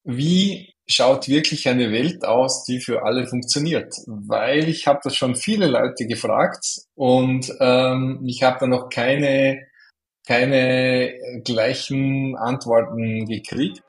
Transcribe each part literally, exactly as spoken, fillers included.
wie schaut wirklich eine Welt aus, die für alle funktioniert? Weil ich habe das schon viele Leute gefragt und ähm, ich habe da noch keine, keine gleichen Antworten gekriegt.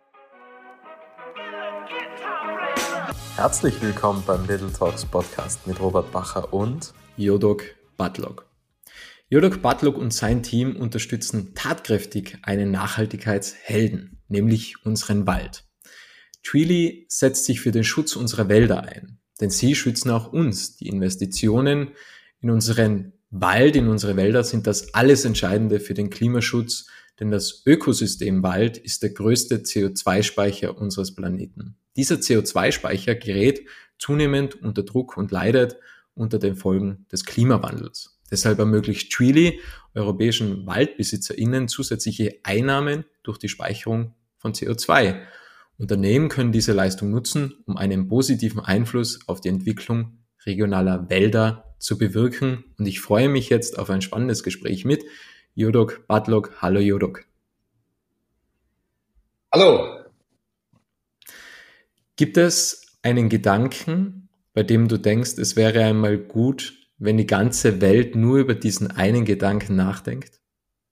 Herzlich willkommen beim Little Talks Podcast mit Robert Bacher und Jodok Butlog. Jodok Butlog und sein Team unterstützen tatkräftig einen Nachhaltigkeitshelden, nämlich unseren Wald. Treely setzt sich für den Schutz unserer Wälder ein, denn sie schützen auch uns. Die Investitionen in unseren Wald, in unsere Wälder sind das alles Entscheidende für den Klimaschutz, denn das Ökosystem Wald ist der größte C O zwei Speicher unseres Planeten. Dieser C O zwei Speicher gerät zunehmend unter Druck und leidet unter den Folgen des Klimawandels. Deshalb ermöglicht Treely europäischen WaldbesitzerInnen zusätzliche Einnahmen durch die Speicherung von C O zwei. Unternehmen können diese Leistung nutzen, um einen positiven Einfluss auf die Entwicklung regionaler Wälder zu bewirken. Und ich freue mich jetzt auf ein spannendes Gespräch mit Jodok Butlog. Hallo Jodok. Hallo. Gibt es einen Gedanken, bei dem du denkst, es wäre einmal gut, wenn die ganze Welt nur über diesen einen Gedanken nachdenkt?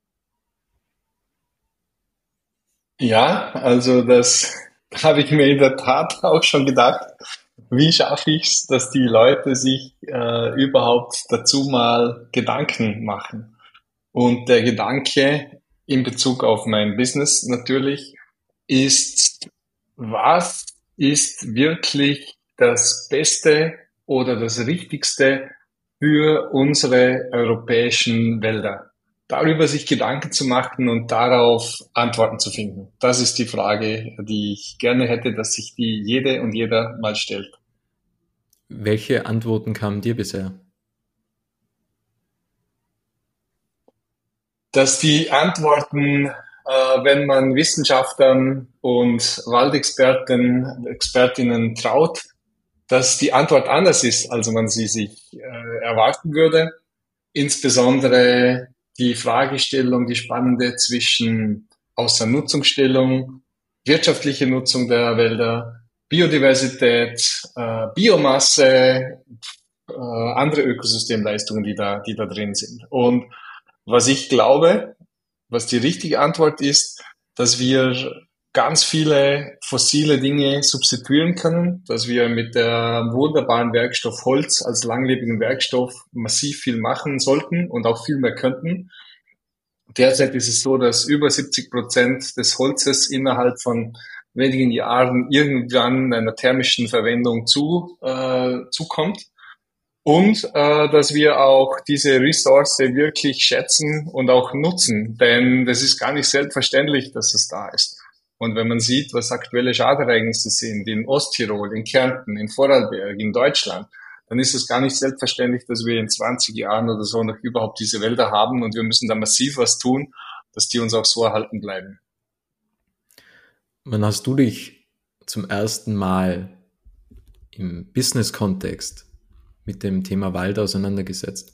Ja, also das habe ich mir in der Tat auch schon gedacht. Wie schaffe ich es, dass die Leute sich äh, überhaupt dazu mal Gedanken machen? Und der Gedanke in Bezug auf mein Business natürlich ist, was ist wirklich das Beste oder das Richtigste für unsere europäischen Wälder? Darüber sich Gedanken zu machen und darauf Antworten zu finden. Das ist die Frage, die ich gerne hätte, dass sich die jede und jeder mal stellt. Welche Antworten kamen dir bisher? Dass die Antworten, äh, wenn man Wissenschaftlern und Waldexperten, Expertinnen traut, dass die Antwort anders ist, als man sie sich äh, erwarten würde. Insbesondere die Fragestellung, die spannende zwischen Außernutzungsstellung, wirtschaftliche Nutzung der Wälder, Biodiversität, äh, Biomasse, äh, andere Ökosystemleistungen, die da, die da drin sind. Und was ich glaube, was die richtige Antwort ist, dass wir ganz viele fossile Dinge substituieren können, dass wir mit der wunderbaren Werkstoff Holz als langlebigen Werkstoff massiv viel machen sollten und auch viel mehr könnten. Derzeit ist es so, dass über siebzig Prozent des Holzes innerhalb von wenigen Jahren irgendwann einer thermischen Verwendung zu, äh, zukommt. Und äh, dass wir auch diese Ressource wirklich schätzen und auch nutzen, denn das ist gar nicht selbstverständlich, dass es da ist. Und wenn man sieht, was aktuelle Schadenereignisse sind in Osttirol, in Kärnten, in Vorarlberg, in Deutschland, dann ist es gar nicht selbstverständlich, dass wir in zwanzig Jahren oder so noch überhaupt diese Wälder haben und wir müssen da massiv was tun, dass die uns auch so erhalten bleiben. Wann hast du dich zum ersten Mal im Business-Kontext mit dem Thema Wald auseinandergesetzt?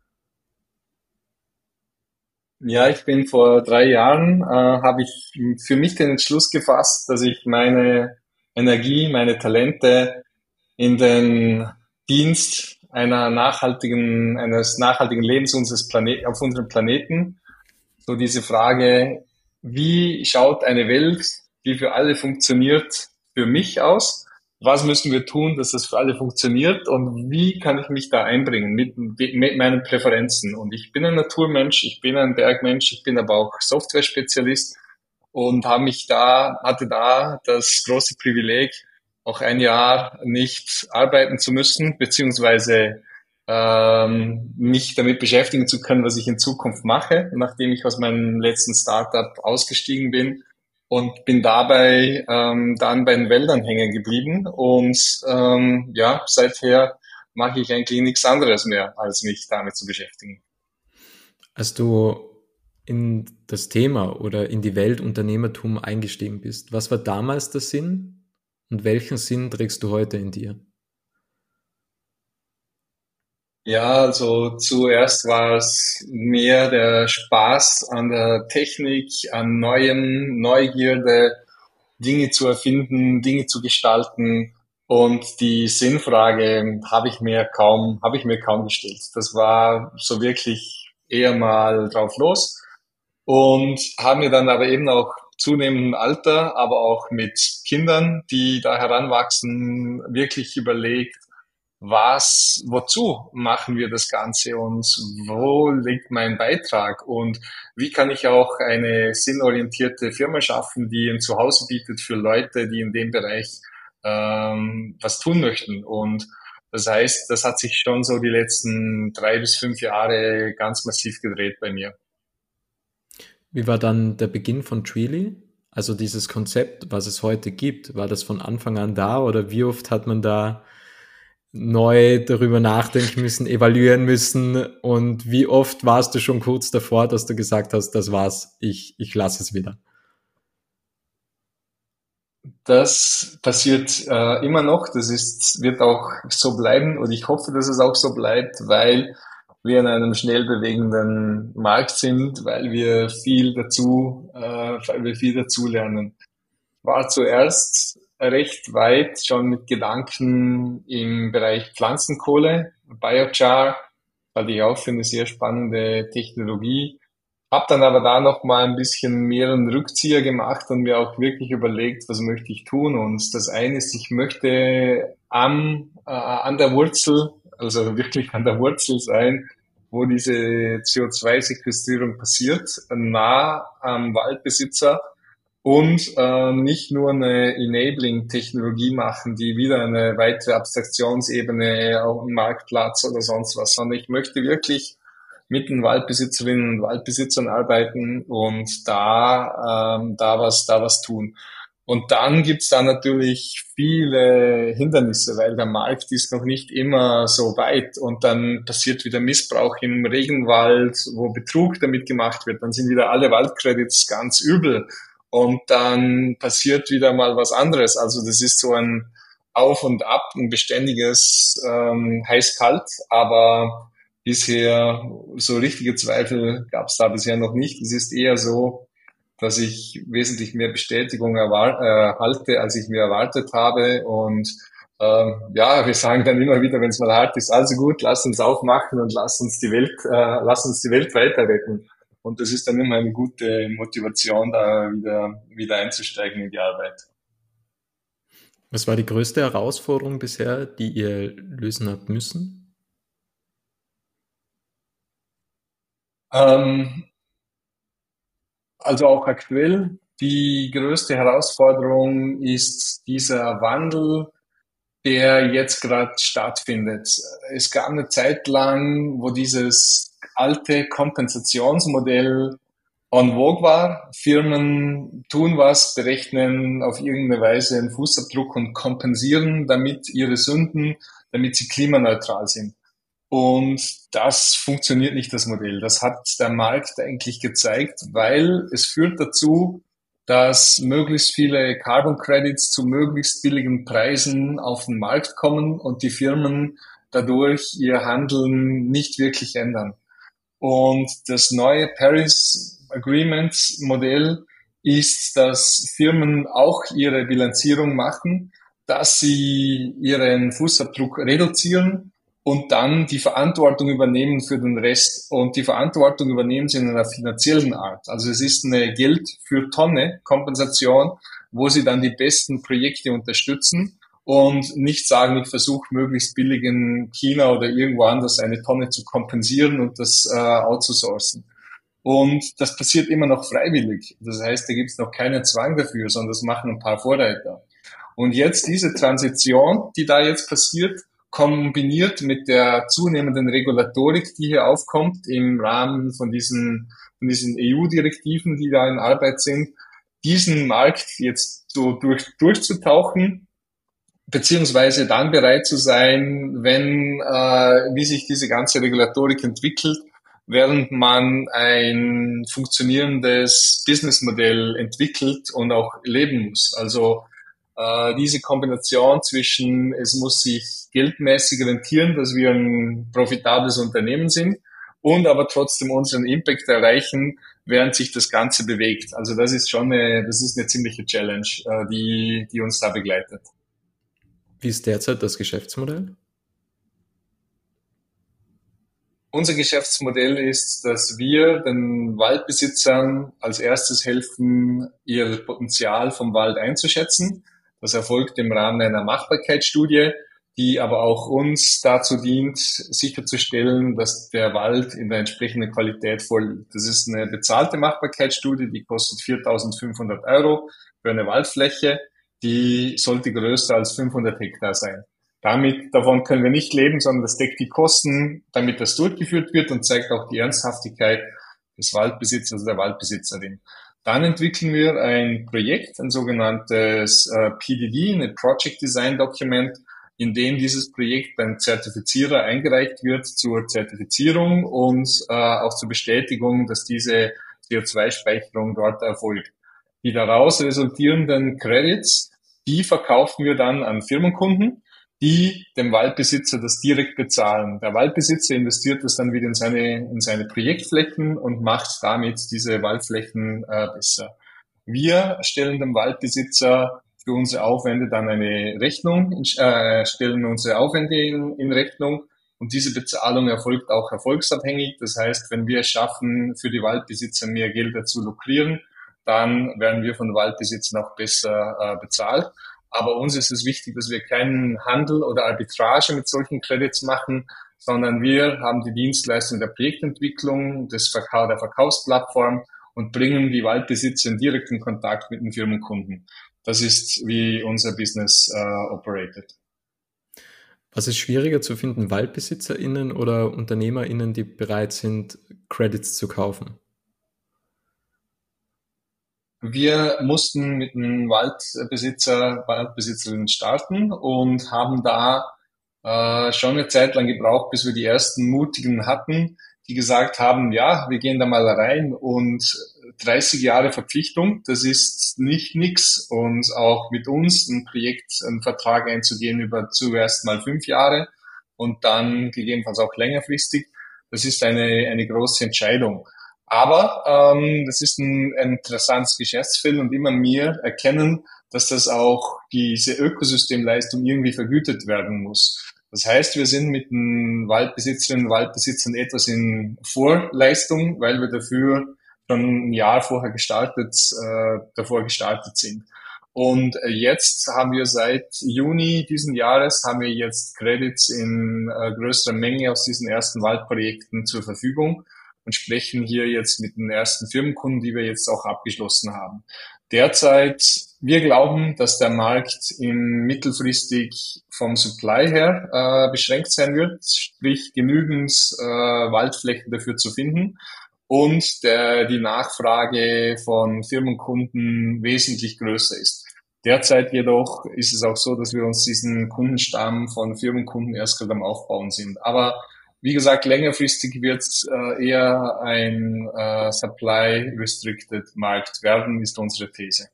Ja, ich bin vor drei Jahren, äh, habe ich für mich den Entschluss gefasst, dass ich meine Energie, meine Talente in den Dienst einer nachhaltigen, eines nachhaltigen Lebens unseres Planet, auf unserem Planeten. So diese Frage, wie schaut eine Welt, die für alle funktioniert, für mich aus? Was müssen wir tun, dass das für alle funktioniert? Und wie kann ich mich da einbringen mit, mit meinen Präferenzen? Und ich bin ein Naturmensch, ich bin ein Bergmensch, ich bin aber auch Software-Spezialist und habe mich da, hatte da das große Privileg, auch ein Jahr nicht arbeiten zu müssen, beziehungsweise ähm, mich damit beschäftigen zu können, was ich in Zukunft mache, nachdem ich aus meinem letzten Startup ausgestiegen bin und bin dabei ähm, dann bei den Wäldern hängen geblieben und ähm, ja, seither mache ich eigentlich nichts anderes mehr, als mich damit zu beschäftigen. Als du in das Thema oder in die Welt Unternehmertum eingestiegen bist, was war damals der Sinn und welchen Sinn trägst du heute in dir? Ja, also zuerst war es mehr der Spaß an der Technik, an Neuem, Neugierde, Dinge zu erfinden, Dinge zu gestalten. Und die Sinnfrage habe ich mir kaum, habe ich mir kaum gestellt. Das war so wirklich eher mal drauf los und haben mir dann aber eben auch zunehmendem Alter, aber auch mit Kindern, die da heranwachsen, wirklich überlegt, was, wozu machen wir das Ganze und wo liegt mein Beitrag und wie kann ich auch eine sinnorientierte Firma schaffen, die ein Zuhause bietet für Leute, die in dem Bereich ähm, was tun möchten. Und das heißt, das hat sich schon so die letzten drei bis fünf Jahre ganz massiv gedreht bei mir. Wie war dann der Beginn von Treely? Also dieses Konzept, was es heute gibt, war das von Anfang an da oder wie oft hat man da neu darüber nachdenken müssen, evaluieren müssen und wie oft warst du schon kurz davor, dass du gesagt hast, das war's, ich, ich lasse es wieder? Das passiert äh, immer noch, das ist, wird auch so bleiben und ich hoffe, dass es auch so bleibt, weil wir in einem schnell bewegenden Markt sind, weil wir viel dazu, äh, weil wir viel dazu lernen. War zuerst recht weit schon mit Gedanken im Bereich Pflanzenkohle, Biochar, halte ich auch für eine sehr spannende Technologie. Hab dann aber da noch mal ein bisschen mehr einen Rückzieher gemacht und mir auch wirklich überlegt, was möchte ich tun. Und das eine ist, ich möchte am, äh, an der Wurzel, also wirklich an der Wurzel sein, wo diese C O zwei Sequestrierung passiert, nah am Waldbesitzer und äh, nicht nur eine Enabling-Technologie machen, die wieder eine weitere Abstraktionsebene auf dem Marktplatz oder sonst was, sondern ich möchte wirklich mit den Waldbesitzerinnen und Waldbesitzern arbeiten und da ähm, da was da was tun. Und dann gibt's da natürlich viele Hindernisse, weil der Markt ist noch nicht immer so weit und dann passiert wieder Missbrauch im Regenwald, wo Betrug damit gemacht wird. Dann sind wieder alle Waldcredits ganz übel und dann passiert wieder mal was anderes. Also das ist so ein Auf und Ab, ein beständiges ähm, Heiß-Kalt, aber bisher so richtige Zweifel gab's da bisher noch nicht. Es ist eher so, dass ich wesentlich mehr Bestätigung erhalte, als ich mir erwartet habe. Und ähm, ja, wir sagen dann immer wieder, wenn es mal hart ist, also gut, lass uns aufmachen und lass uns die Welt, äh, lass uns die Welt weiter retten. Und das ist dann immer eine gute Motivation, da wieder, wieder einzusteigen in die Arbeit. Was war die größte Herausforderung bisher, die ihr lösen habt müssen? Ähm, also auch aktuell, die größte Herausforderung ist dieser Wandel, der jetzt gerade stattfindet. Es gab eine Zeit lang, wo dieses alte Kompensationsmodell en vogue war. Firmen tun was, berechnen auf irgendeine Weise einen Fußabdruck und kompensieren damit ihre Sünden, damit sie klimaneutral sind. Und das funktioniert nicht, das Modell. Das hat der Markt eigentlich gezeigt, weil es führt dazu, dass möglichst viele Carbon Credits zu möglichst billigen Preisen auf den Markt kommen und die Firmen dadurch ihr Handeln nicht wirklich ändern. Und das neue Paris Agreement Modell ist, dass Firmen auch ihre Bilanzierung machen, dass sie ihren Fußabdruck reduzieren und dann die Verantwortung übernehmen für den Rest. Und die Verantwortung übernehmen sie in einer finanziellen Art. Also es ist eine Geld für Tonne Kompensation, wo sie dann die besten Projekte unterstützen und nicht sagen, ich versuche möglichst billig in China oder irgendwo anders eine Tonne zu kompensieren und das äh, outzusourcen. Und das passiert immer noch freiwillig. Das heißt, da gibt es noch keinen Zwang dafür, sondern das machen ein paar Vorreiter. Und jetzt diese Transition, die da jetzt passiert, kombiniert mit der zunehmenden Regulatorik, die hier aufkommt im Rahmen von diesen, von diesen E U-Direktiven, die da in Arbeit sind, diesen Markt jetzt so durch, durchzutauchen, beziehungsweise dann bereit zu sein, wenn, äh, wie sich diese ganze Regulatorik entwickelt, während man ein funktionierendes Businessmodell entwickelt und auch leben muss. Also äh, diese Kombination zwischen, es muss sich geldmäßig rentieren, dass wir ein profitables Unternehmen sind und aber trotzdem unseren Impact erreichen, während sich das Ganze bewegt. Also das ist schon eine, das ist eine ziemliche Challenge, äh, die, die uns da begleitet. Wie ist derzeit das Geschäftsmodell? Unser Geschäftsmodell ist, dass wir den Waldbesitzern als erstes helfen, ihr Potenzial vom Wald einzuschätzen. Das erfolgt im Rahmen einer Machbarkeitsstudie, die aber auch uns dazu dient, sicherzustellen, dass der Wald in der entsprechenden Qualität vorliegt. Das ist eine bezahlte Machbarkeitsstudie, die kostet viertausendfünfhundert Euro für eine Waldfläche. Die sollte größer als fünfhundert Hektar sein. Damit, davon können wir nicht leben, sondern das deckt die Kosten, damit das durchgeführt wird und zeigt auch die Ernsthaftigkeit des Waldbesitzers, also der Waldbesitzerin. Dann entwickeln wir ein Projekt, ein sogenanntes äh, P D D, ein Project Design Document, in dem dieses Projekt beim Zertifizierer eingereicht wird zur Zertifizierung und äh, auch zur Bestätigung, dass diese C O zwei Speicherung dort erfolgt. Die daraus resultierenden Credits, die verkaufen wir dann an Firmenkunden, die dem Waldbesitzer das direkt bezahlen. Der Waldbesitzer investiert das dann wieder in seine, in seine Projektflächen und macht damit diese Waldflächen äh, besser. Wir stellen dem Waldbesitzer für unsere Aufwände dann eine Rechnung, äh, stellen unsere Aufwände in, in Rechnung und diese Bezahlung erfolgt auch erfolgsabhängig. Das heißt, wenn wir es schaffen, für die Waldbesitzer mehr Gelder zu lukrieren, dann werden wir von Waldbesitzern auch besser äh, bezahlt. Aber uns ist es wichtig, dass wir keinen Handel oder Arbitrage mit solchen Credits machen, sondern wir haben die Dienstleistung der Projektentwicklung, des Verkauf, der Verkaufsplattform und bringen die Waldbesitzer in direkten Kontakt mit den Firmenkunden. Das ist, wie unser Business äh, operated. Was ist schwieriger zu finden, WaldbesitzerInnen oder UnternehmerInnen, die bereit sind, Credits zu kaufen? Wir mussten mit einem Waldbesitzer, Waldbesitzerinnen starten und haben da äh, schon eine Zeit lang gebraucht, bis wir die ersten Mutigen hatten, die gesagt haben, ja, wir gehen da mal rein und dreißig Jahre Verpflichtung, das ist nicht nix und auch mit uns ein Projekt, einen Vertrag einzugehen über zuerst mal fünf Jahre und dann gegebenenfalls auch längerfristig, das ist eine, eine große Entscheidung. Aber ähm, das ist ein, ein interessantes Geschäftsfeld und immer mehr erkennen, dass das auch diese Ökosystemleistung irgendwie vergütet werden muss. Das heißt, wir sind mit den Waldbesitzerinnen und Waldbesitzern etwas in Vorleistung, weil wir dafür schon ein Jahr vorher gestartet, äh, davor gestartet sind. Und jetzt haben wir seit Juni diesen Jahres haben wir jetzt Credits in äh, größerer Menge aus diesen ersten Waldprojekten zur Verfügung und sprechen hier jetzt mit den ersten Firmenkunden, die wir jetzt auch abgeschlossen haben. Derzeit, wir glauben, dass der Markt im mittelfristig vom Supply her äh, beschränkt sein wird, sprich genügend äh, Waldflächen dafür zu finden und der, die Nachfrage von Firmenkunden wesentlich größer ist. Derzeit jedoch ist es auch so, dass wir uns diesen Kundenstamm von Firmenkunden erst gerade am Aufbauen sind. Aber wie gesagt, längerfristig wird es äh, eher ein äh, Supply-Restricted-Markt werden, ist unsere These.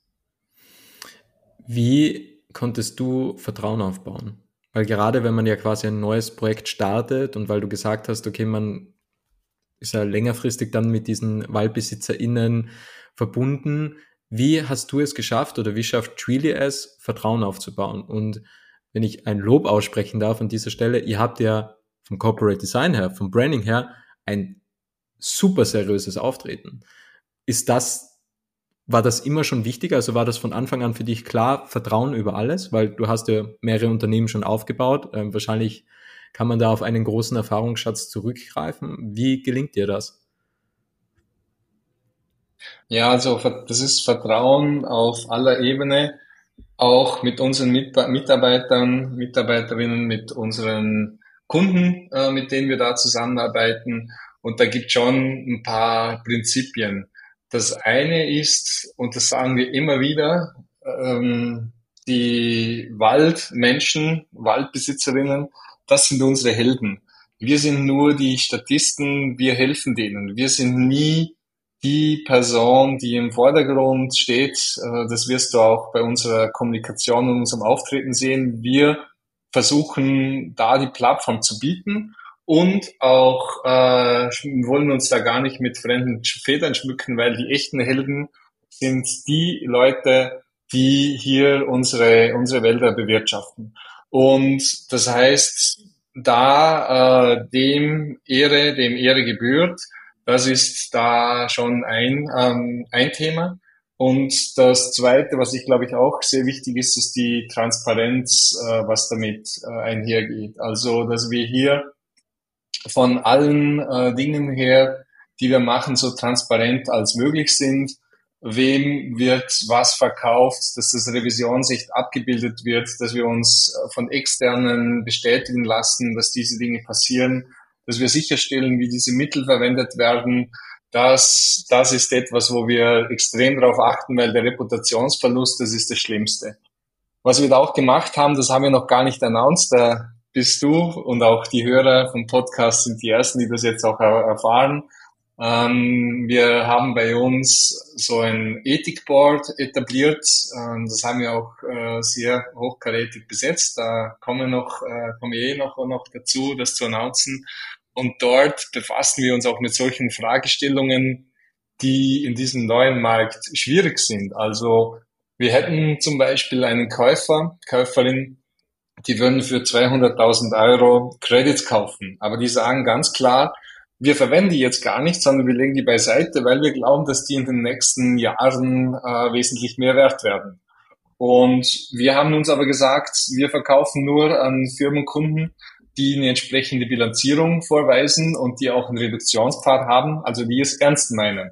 Wie konntest du Vertrauen aufbauen? Weil gerade wenn man ja quasi ein neues Projekt startet und weil du gesagt hast, okay, man ist ja längerfristig dann mit diesen WaldbesitzerInnen verbunden, wie hast du es geschafft oder wie schafft Treely es, Vertrauen aufzubauen? Und wenn ich ein Lob aussprechen darf an dieser Stelle, ihr habt ja vom Corporate Design her, vom Branding her, ein super seriöses Auftreten. Ist das, war das immer schon wichtig? Also war das von Anfang an für dich klar, Vertrauen über alles? Weil du hast ja mehrere Unternehmen schon aufgebaut. Ähm, wahrscheinlich kann man da auf einen großen Erfahrungsschatz zurückgreifen. Wie gelingt dir das? Ja, also das ist Vertrauen auf aller Ebene, auch mit unseren Mitarbeitern, Mitarbeiterinnen, mit unseren Kunden, äh, mit denen wir da zusammenarbeiten. Und da gibt schon ein paar Prinzipien. Das eine ist, und das sagen wir immer wieder, ähm, die Waldmenschen, Waldbesitzerinnen, das sind unsere Helden. Wir sind nur die Statisten, wir helfen denen. Wir sind nie die Person, die im Vordergrund steht. Äh, das wirst du auch bei unserer Kommunikation und unserem Auftreten sehen. Wir versuchen, da die Plattform zu bieten und auch äh, wollen uns da gar nicht mit fremden Federn schmücken, weil die echten Helden sind die Leute, die hier unsere unsere Wälder bewirtschaften. Und das heißt, da äh, dem Ehre, dem Ehre gebührt, das ist da schon ein ähm, ein Thema. Und das Zweite, was ich glaube ich auch sehr wichtig ist, ist die Transparenz, äh, was damit äh, einhergeht. Also, dass wir hier von allen äh, Dingen her, die wir machen, so transparent als möglich sind. Wem wird was verkauft, dass das Revisionssicht abgebildet wird, dass wir uns von Externen bestätigen lassen, dass diese Dinge passieren, dass wir sicherstellen, wie diese Mittel verwendet werden. Das, das ist etwas, wo wir extrem darauf achten, weil der Reputationsverlust, das ist das Schlimmste. Was wir da auch gemacht haben, das haben wir noch gar nicht announced, da bist du und auch die Hörer vom Podcast sind die Ersten, die das jetzt auch erfahren. Ähm, wir haben bei uns so ein Ethikboard etabliert. Ähm, das haben wir auch äh, sehr hochkarätig besetzt. Da kommen wir noch, äh, kommen wir eh noch, noch dazu, das zu announcen. Und dort befassen wir uns auch mit solchen Fragestellungen, die in diesem neuen Markt schwierig sind. Also wir hätten zum Beispiel einen Käufer, Käuferin, die würden für zweihunderttausend Euro Credits kaufen. Aber die sagen ganz klar, wir verwenden die jetzt gar nicht, sondern wir legen die beiseite, weil wir glauben, dass die in den nächsten Jahren äh, wesentlich mehr wert werden. Und wir haben uns aber gesagt, wir verkaufen nur an Firmenkunden, die eine entsprechende Bilanzierung vorweisen und die auch einen Reduktionspfad haben, also die es ernst meinen.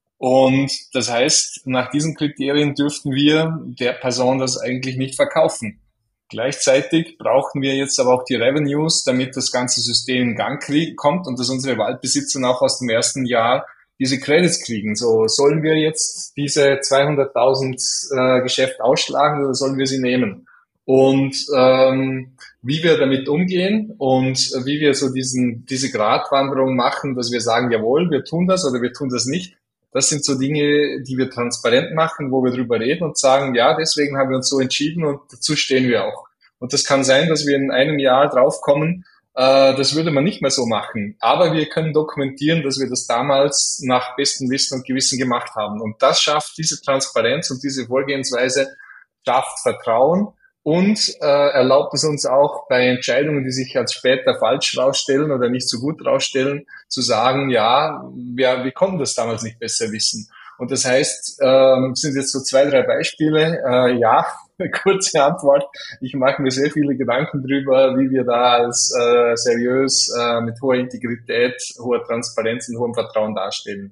Und das heißt, nach diesen Kriterien dürften wir der Person das eigentlich nicht verkaufen. Gleichzeitig brauchen wir jetzt aber auch die Revenues, damit das ganze System in Gang krieg, kommt und dass unsere Waldbesitzer auch aus dem ersten Jahr diese Credits kriegen. So, sollen wir jetzt diese zweihunderttausend äh, Geschäft ausschlagen oder sollen wir sie nehmen? Und ähm, wie wir damit umgehen und wie wir so diesen diese Gratwanderung machen, dass wir sagen, jawohl, wir tun das oder wir tun das nicht. Das sind so Dinge, die wir transparent machen, wo wir drüber reden und sagen, ja, deswegen haben wir uns so entschieden und dazu stehen wir auch. Und das kann sein, dass wir in einem Jahr draufkommen, äh, das würde man nicht mehr so machen. Aber wir können dokumentieren, dass wir das damals nach bestem Wissen und Gewissen gemacht haben. Und das schafft diese Transparenz und diese Vorgehensweise, schafft Vertrauen und äh, erlaubt es uns auch bei Entscheidungen, die sich als später falsch rausstellen oder nicht so gut rausstellen, zu sagen, ja, wir, wir konnten das damals nicht besser wissen. Und das heißt, ähm, sind jetzt so zwei, drei Beispiele. Äh, ja, kurze Antwort. Ich mache mir sehr viele Gedanken drüber, wie wir da als äh, seriös, äh, mit hoher Integrität, hoher Transparenz und hohem Vertrauen dastehen.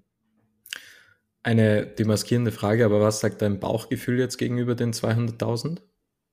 Eine demaskierende Frage, aber was sagt dein Bauchgefühl jetzt gegenüber den zweihunderttausend?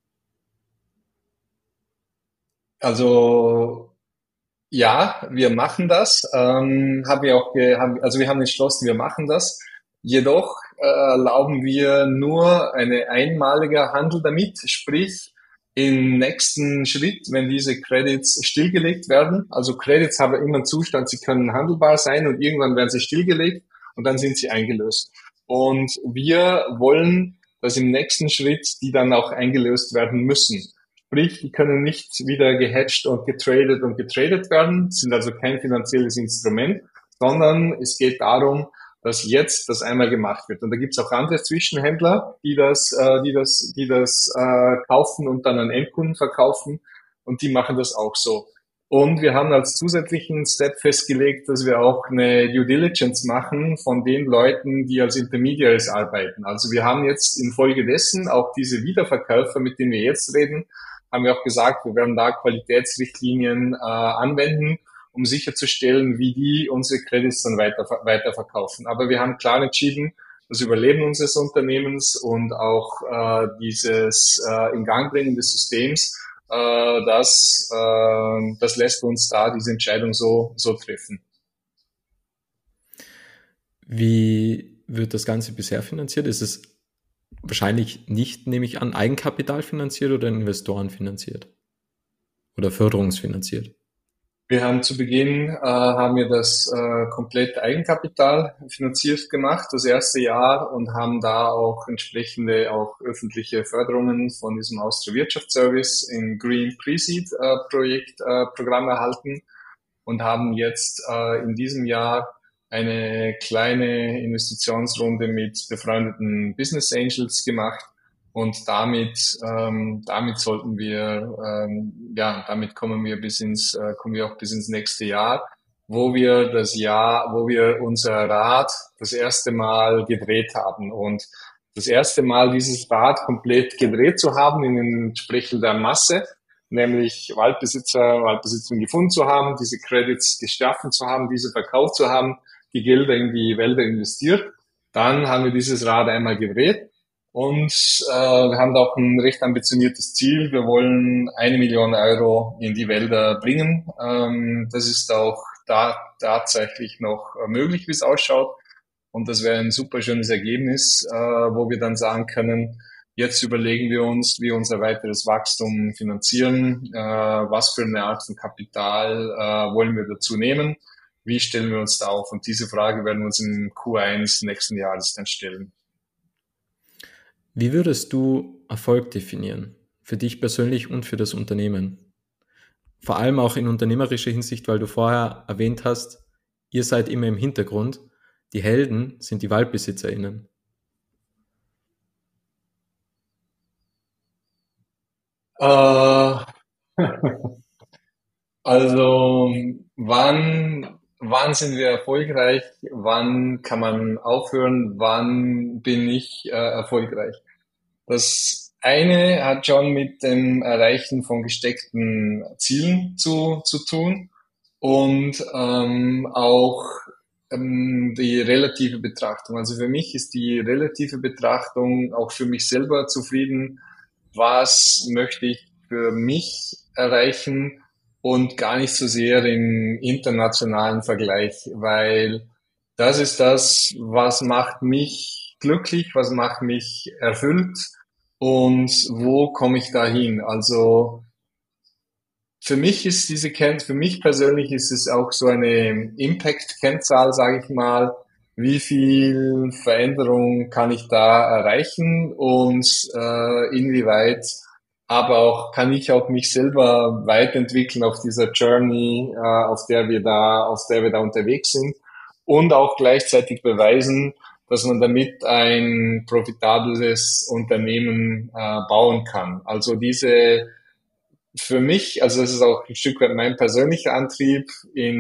Also ja, wir machen das. Ähm, haben wir auch, ge haben, also wir haben entschlossen, wir machen das. Jedoch äh, erlauben wir nur eine einmalige Handel damit, sprich im nächsten Schritt, wenn diese Credits stillgelegt werden. Also Credits haben immer einen Zustand, sie können handelbar sein und irgendwann werden sie stillgelegt und dann sind sie eingelöst. Und wir wollen, dass im nächsten Schritt die dann auch eingelöst werden müssen. Sprich, die können nicht wieder gehatcht und getradet und getradet werden, sind also kein finanzielles Instrument, sondern es geht darum, dass jetzt das einmal gemacht wird. Und da gibt es auch andere Zwischenhändler, die das, äh, die das, die das äh, kaufen und dann an Endkunden verkaufen und die machen das auch so. Und wir haben als zusätzlichen Step festgelegt, dass wir auch eine Due Diligence machen von den Leuten, die als Intermediaries arbeiten. Also wir haben jetzt infolgedessen auch diese Wiederverkäufer, mit denen wir jetzt reden, haben wir auch gesagt, wir werden da Qualitätsrichtlinien äh, anwenden, um sicherzustellen, wie die unsere Credits dann weiter, weiterverkaufen. Aber wir haben klar entschieden, das Überleben unseres Unternehmens und auch äh, dieses äh, Ingangbringen des Systems, äh, das, äh, das lässt uns da diese Entscheidung so, so treffen. Wie wird das Ganze bisher finanziert? Ist es wahrscheinlich nicht, nehme ich an, Eigenkapital finanziert oder Investoren finanziert? Oder förderungsfinanziert? Wir haben zu Beginn, äh, haben wir das äh, komplett Eigenkapital finanziert gemacht, das erste Jahr, und haben da auch entsprechende auch öffentliche Förderungen von diesem Austria Wirtschaftsservice im Green Pre-Seed äh, Projekt, äh, Programm erhalten. und haben jetzt äh, in diesem Jahr eine kleine Investitionsrunde mit befreundeten Business Angels gemacht. Und damit, ähm, damit sollten wir, ähm, ja, damit kommen wir bis ins, äh, kommen wir auch bis ins nächste Jahr, wo wir das Jahr, wo wir unser Rad das erste Mal gedreht haben. Und das erste Mal dieses Rad komplett gedreht zu haben in entsprechender Masse, nämlich Waldbesitzer, Waldbesitzern gefunden zu haben, diese Credits geschaffen zu haben, diese verkauft zu haben, die Gelder in die Wälder investiert. Dann haben wir dieses Rad einmal gedreht. Und äh, wir haben da auch ein recht ambitioniertes Ziel. Wir wollen eine Million Euro in die Wälder bringen. Ähm, das ist auch da tatsächlich noch äh, möglich, wie es ausschaut. Und das wäre ein super schönes Ergebnis, äh, wo wir dann sagen können, jetzt überlegen wir uns, wie wir unser weiteres Wachstum finanzieren, äh, was für eine Art von Kapital äh, wollen wir dazu nehmen, wie stellen wir uns da auf. Und diese Frage werden wir uns im Q eins nächsten Jahres dann stellen. Wie würdest du Erfolg definieren? Für dich persönlich und für das Unternehmen? Vor allem auch in unternehmerischer Hinsicht, weil du vorher erwähnt hast, ihr seid immer im Hintergrund. Die Helden sind die WaldbesitzerInnen. Äh, also, wann, wann sind wir erfolgreich? Wann kann man aufhören? Wann bin ich äh, erfolgreich? Das eine hat schon mit dem Erreichen von gesteckten Zielen zu, zu tun und ähm, auch ähm, die relative Betrachtung. Also für mich ist die relative Betrachtung auch für mich selber zufrieden. Was möchte ich für mich erreichen und gar nicht so sehr im internationalen Vergleich, weil das ist das, was macht mich glücklich, was macht mich erfüllt und wo komme ich da hin? Also für mich ist diese Kennt, für mich persönlich ist es auch so eine Impact-Kennzahl, sage ich mal. Wie viel Veränderung kann ich da erreichen und äh, inwieweit, aber auch kann ich auch mich selber weiterentwickeln auf dieser Journey, äh, auf der wir da, auf der wir da unterwegs sind und auch gleichzeitig beweisen, dass man damit ein profitables Unternehmen äh, bauen kann. Also diese für mich, also das ist auch ein Stück weit mein persönlicher Antrieb,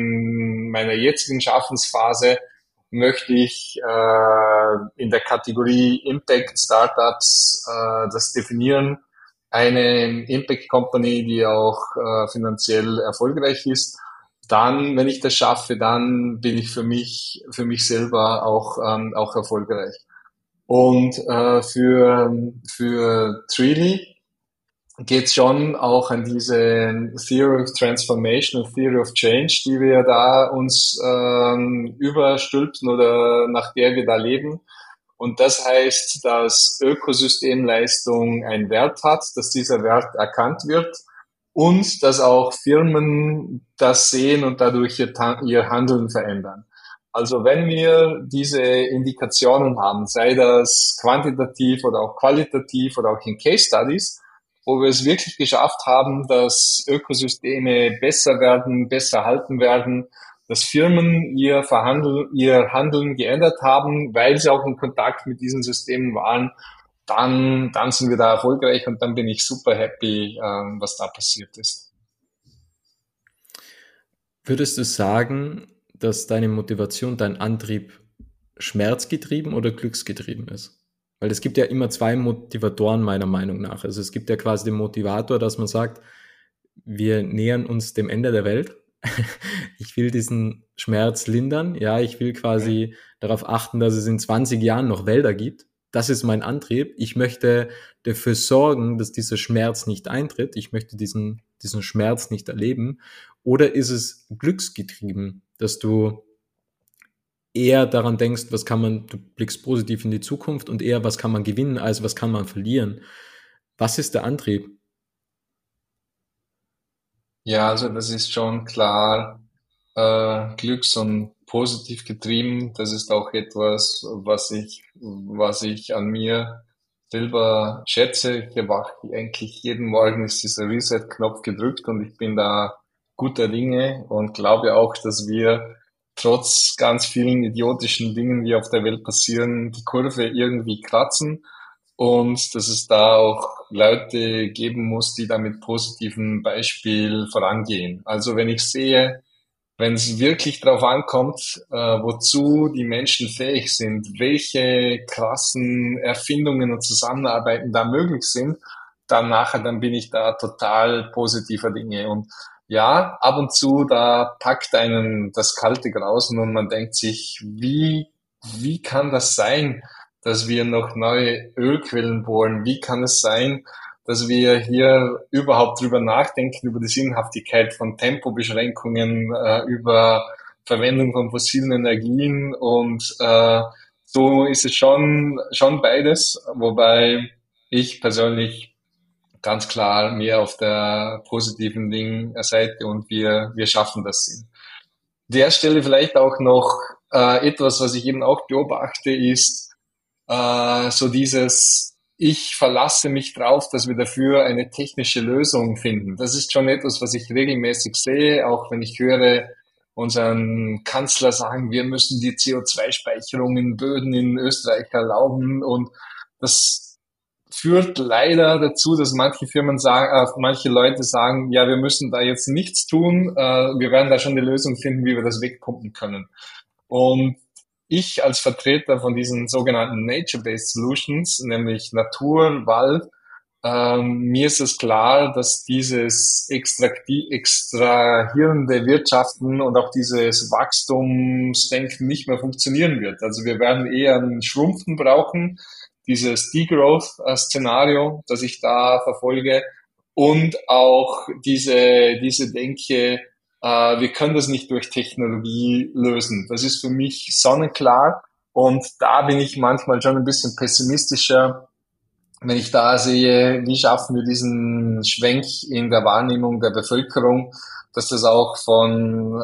in meiner jetzigen Schaffensphase möchte ich äh, in der Kategorie Impact Startups äh, das definieren. Eine Impact Company, die auch äh, finanziell erfolgreich ist. Dann, wenn ich das schaffe, dann bin ich für mich, für mich selber auch, ähm, auch erfolgreich. Und äh, für, für Treely geht schon auch an diese Theory of Transformation und Theory of Change, die wir da uns ähm, überstülpen oder nach der wir da leben. Und das heißt, dass Ökosystemleistung einen Wert hat, dass dieser Wert erkannt wird und dass auch Firmen das sehen und dadurch ihr, ihr Handeln verändern. Also wenn wir diese Indikationen haben, sei das quantitativ oder auch qualitativ oder auch in Case Studies, wo wir es wirklich geschafft haben, dass Ökosysteme besser werden, besser halten werden, dass Firmen ihr Verhandeln, ihr Handeln geändert haben, weil sie auch in Kontakt mit diesen Systemen waren, dann, dann sind wir da erfolgreich und dann bin ich super happy, ähm, was da passiert ist. Würdest du sagen, dass deine Motivation, dein Antrieb schmerzgetrieben oder glücksgetrieben ist? Weil es gibt ja immer zwei Motivatoren meiner Meinung nach. Also es gibt ja quasi den Motivator, dass man sagt, wir nähern uns dem Ende der Welt. Ich will diesen Schmerz lindern. Ja, ich will quasi darauf achten, dass es in zwanzig Jahren noch Wälder gibt. Das ist mein Antrieb. Ich möchte dafür sorgen, dass dieser Schmerz nicht eintritt. Ich möchte diesen, diesen Schmerz nicht erleben. Oder ist es glücksgetrieben, dass du eher daran denkst, was kann man, du blickst positiv in die Zukunft und eher, was kann man gewinnen, als was kann man verlieren. Was ist der Antrieb? Ja, also das ist schon klar, äh, glücks- und positiv getrieben. Das ist auch etwas, was ich, was ich an mir selber schätze. Ich erwache eigentlich jeden Morgen ist dieser Reset-Knopf gedrückt und ich bin da guter Dinge und glaube auch, dass wir trotz ganz vielen idiotischen Dingen, die auf der Welt passieren, die Kurve irgendwie kratzen und dass es da auch Leute geben muss, die da mit positivem Beispiel vorangehen. Also wenn ich sehe, wenn es wirklich darauf ankommt, äh, wozu die Menschen fähig sind, welche krassen Erfindungen und Zusammenarbeiten da möglich sind, dann nachher, dann bin ich da total positiver Dinge. Und ja, ab und zu, da packt einen das kalte Grausen und man denkt sich, wie, wie kann das sein, dass wir noch neue Ölquellen bohren? Wie kann es sein, dass wir hier überhaupt drüber nachdenken, über die Sinnhaftigkeit von Tempobeschränkungen, äh, über Verwendung von fossilen Energien und äh, so ist es schon, schon beides, wobei ich persönlich ganz klar mehr auf der positiven Ding-Seite und wir, wir schaffen das sind. An der Stelle vielleicht auch noch äh, etwas, was ich eben auch beobachte, ist äh, so dieses, ich verlasse mich drauf, dass wir dafür eine technische Lösung finden. Das ist schon etwas, was ich regelmäßig sehe, auch wenn ich höre unseren Kanzler sagen, wir müssen die C O zwei Speicherung in Böden in Österreich erlauben und das führt leider dazu, dass manche Firmen sagen, äh, manche Leute sagen, ja, wir müssen da jetzt nichts tun, äh, wir werden da schon eine Lösung finden, wie wir das wegpumpen können. Und ich als Vertreter von diesen sogenannten Nature-Based Solutions, nämlich Natur, Wald, ähm, mir ist es klar, dass dieses extrakti- extrahierende Wirtschaften und auch dieses Wachstumsdenken nicht mehr funktionieren wird. Also wir werden eher ein Schrumpfen brauchen, dieses Degrowth-Szenario, das ich da verfolge, und auch diese, diese Denke, äh, wir können das nicht durch Technologie lösen. Das ist für mich sonnenklar und da bin ich manchmal schon ein bisschen pessimistischer, wenn ich da sehe, wie schaffen wir diesen Schwenk in der Wahrnehmung der Bevölkerung, dass das auch von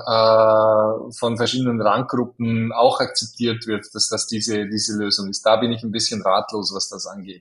äh, von verschiedenen Randgruppen auch akzeptiert wird, dass das diese diese Lösung ist. Da bin ich ein bisschen ratlos, was das angeht.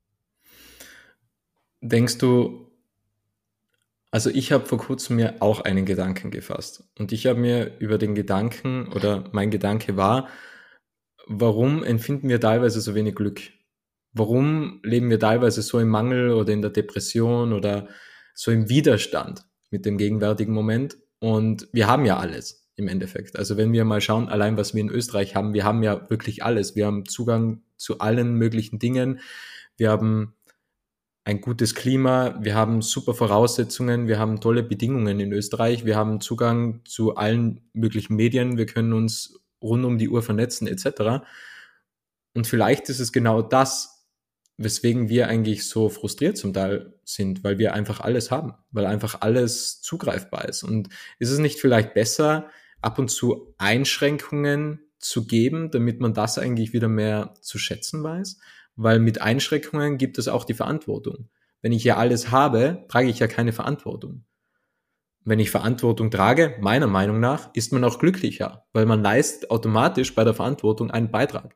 Denkst du, also ich habe vor kurzem mir auch einen Gedanken gefasst und ich habe mir über den Gedanken oder mein Gedanke war, warum empfinden wir teilweise so wenig Glück? Warum leben wir teilweise so im Mangel oder in der Depression oder so im Widerstand mit dem gegenwärtigen Moment? Und wir haben ja alles im Endeffekt. Also wenn wir mal schauen, allein was wir in Österreich haben, wir haben ja wirklich alles. Wir haben Zugang zu allen möglichen Dingen. Wir haben ein gutes Klima, wir haben super Voraussetzungen, wir haben tolle Bedingungen in Österreich, wir haben Zugang zu allen möglichen Medien, wir können uns rund um die Uhr vernetzen et cetera. Und vielleicht ist es genau das, weswegen wir eigentlich so frustriert zum Teil sind, weil wir einfach alles haben, weil einfach alles zugreifbar ist. Und ist es nicht vielleicht besser, ab und zu Einschränkungen zu geben, damit man das eigentlich wieder mehr zu schätzen weiß? Weil mit Einschränkungen gibt es auch die Verantwortung. Wenn ich ja alles habe, trage ich ja keine Verantwortung. Wenn ich Verantwortung trage, meiner Meinung nach, ist man auch glücklicher, weil man leistet automatisch bei der Verantwortung einen Beitrag.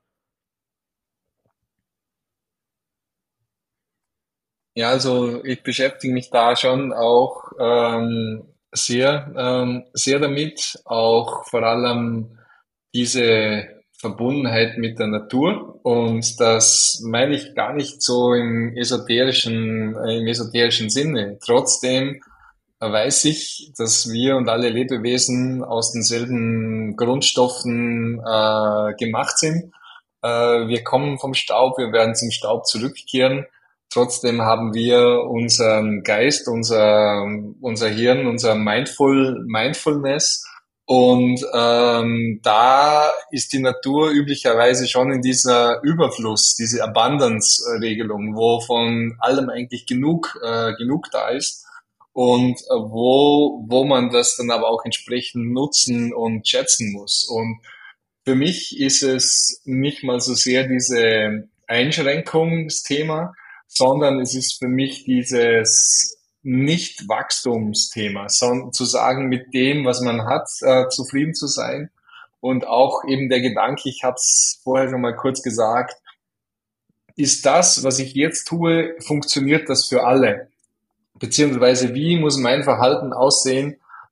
Ja, also ich beschäftige mich da schon auch ähm, sehr, ähm, sehr damit, auch vor allem diese Verbundenheit mit der Natur. Und das meine ich gar nicht so im esoterischen, äh, im esoterischen Sinne. Trotzdem weiß ich, dass wir und alle Lebewesen aus denselben Grundstoffen äh, gemacht sind. Äh, wir kommen vom Staub, wir werden zum Staub zurückkehren. Trotzdem haben wir unseren Geist, unser, unser Hirn, unser Mindful, Mindfulness. Und ähm, da ist die Natur üblicherweise schon in dieser Überfluss, diese Abundance-Regelung, wo von allem eigentlich genug, äh, genug da ist und äh, wo, wo man das dann aber auch entsprechend nutzen und schätzen muss. Und für mich ist es nicht mal so sehr diese Einschränkungsthema, sondern es ist für mich dieses Nicht-Wachstumsthema, sondern zu sagen, mit dem, was man hat, äh, zufrieden zu sein. Und auch eben der Gedanke, ich habe es vorher schon mal kurz gesagt, ist das, was ich jetzt tue, funktioniert das für alle? Beziehungsweise wie muss mein Verhalten aussehen,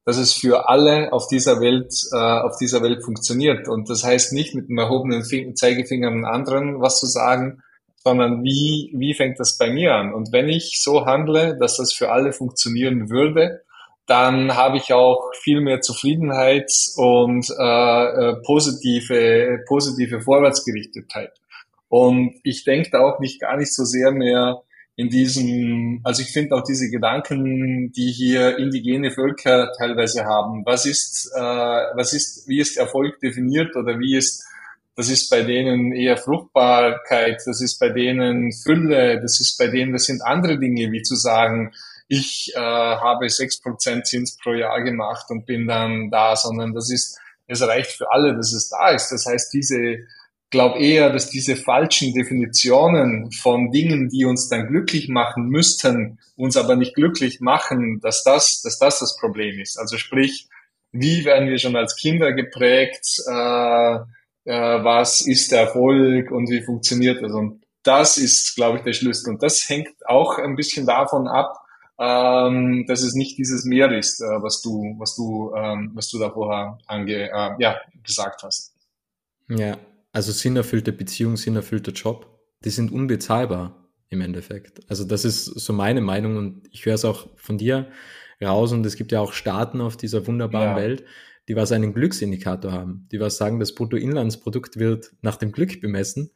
dass es für alle auf dieser Welt, äh, auf dieser Welt funktioniert. Und das heißt nicht mit einem erhobenen Fing- Zeigefinger einem anderen was zu sagen, sondern wie, wie fängt das bei mir an? Und wenn ich so handle, dass das für alle funktionieren würde, dann habe ich auch viel mehr Zufriedenheit und äh, äh, positive, positive Vorwärtsgerichtetheit. Und ich denke da auch nicht gar nicht so sehr mehr in diesem, also ich finde auch diese Gedanken, die hier indigene Völker teilweise haben. Was ist, äh, was ist, wie ist Erfolg definiert oder wie ist, das ist bei denen eher Fruchtbarkeit, das ist bei denen Fülle, das ist bei denen, das sind andere Dinge, wie zu sagen, ich äh, habe sechs Prozent Zins pro Jahr gemacht und bin dann da, sondern das ist, es reicht für alle, dass es da ist. Das heißt, diese, glaube eher, dass diese falschen Definitionen von Dingen, die uns dann glücklich machen müssten, uns aber nicht glücklich machen, dass das, dass das das Problem ist. Also sprich, wie werden wir schon als Kinder geprägt? Äh, äh, was ist der Erfolg und wie funktioniert das? Und das ist, glaube ich, der Schlüssel. Und das hängt auch ein bisschen davon ab, ähm, dass es nicht dieses Mehr ist, äh, was du, was du, ähm, was du da vorher ange, äh, ja, gesagt hast. Ja, also sinnerfüllte Beziehung, sinnerfüllter Job, die sind unbezahlbar im Endeffekt. Also das ist so meine Meinung und ich höre es auch von dir raus und es gibt ja auch Staaten auf dieser wunderbaren Ja, Welt, die was einen Glücksindikator haben, die was sagen, das Bruttoinlandsprodukt wird nach dem Glück bemessen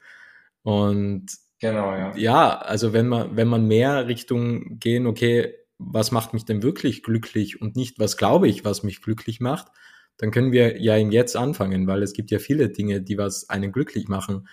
und genau, ja. ja, also wenn man, wenn man mehr Richtung gehen, okay, was macht mich denn wirklich glücklich und nicht, was glaube ich, was mich glücklich macht, dann können wir ja im Jetzt anfangen, weil es gibt ja viele Dinge, die was einen glücklich machen.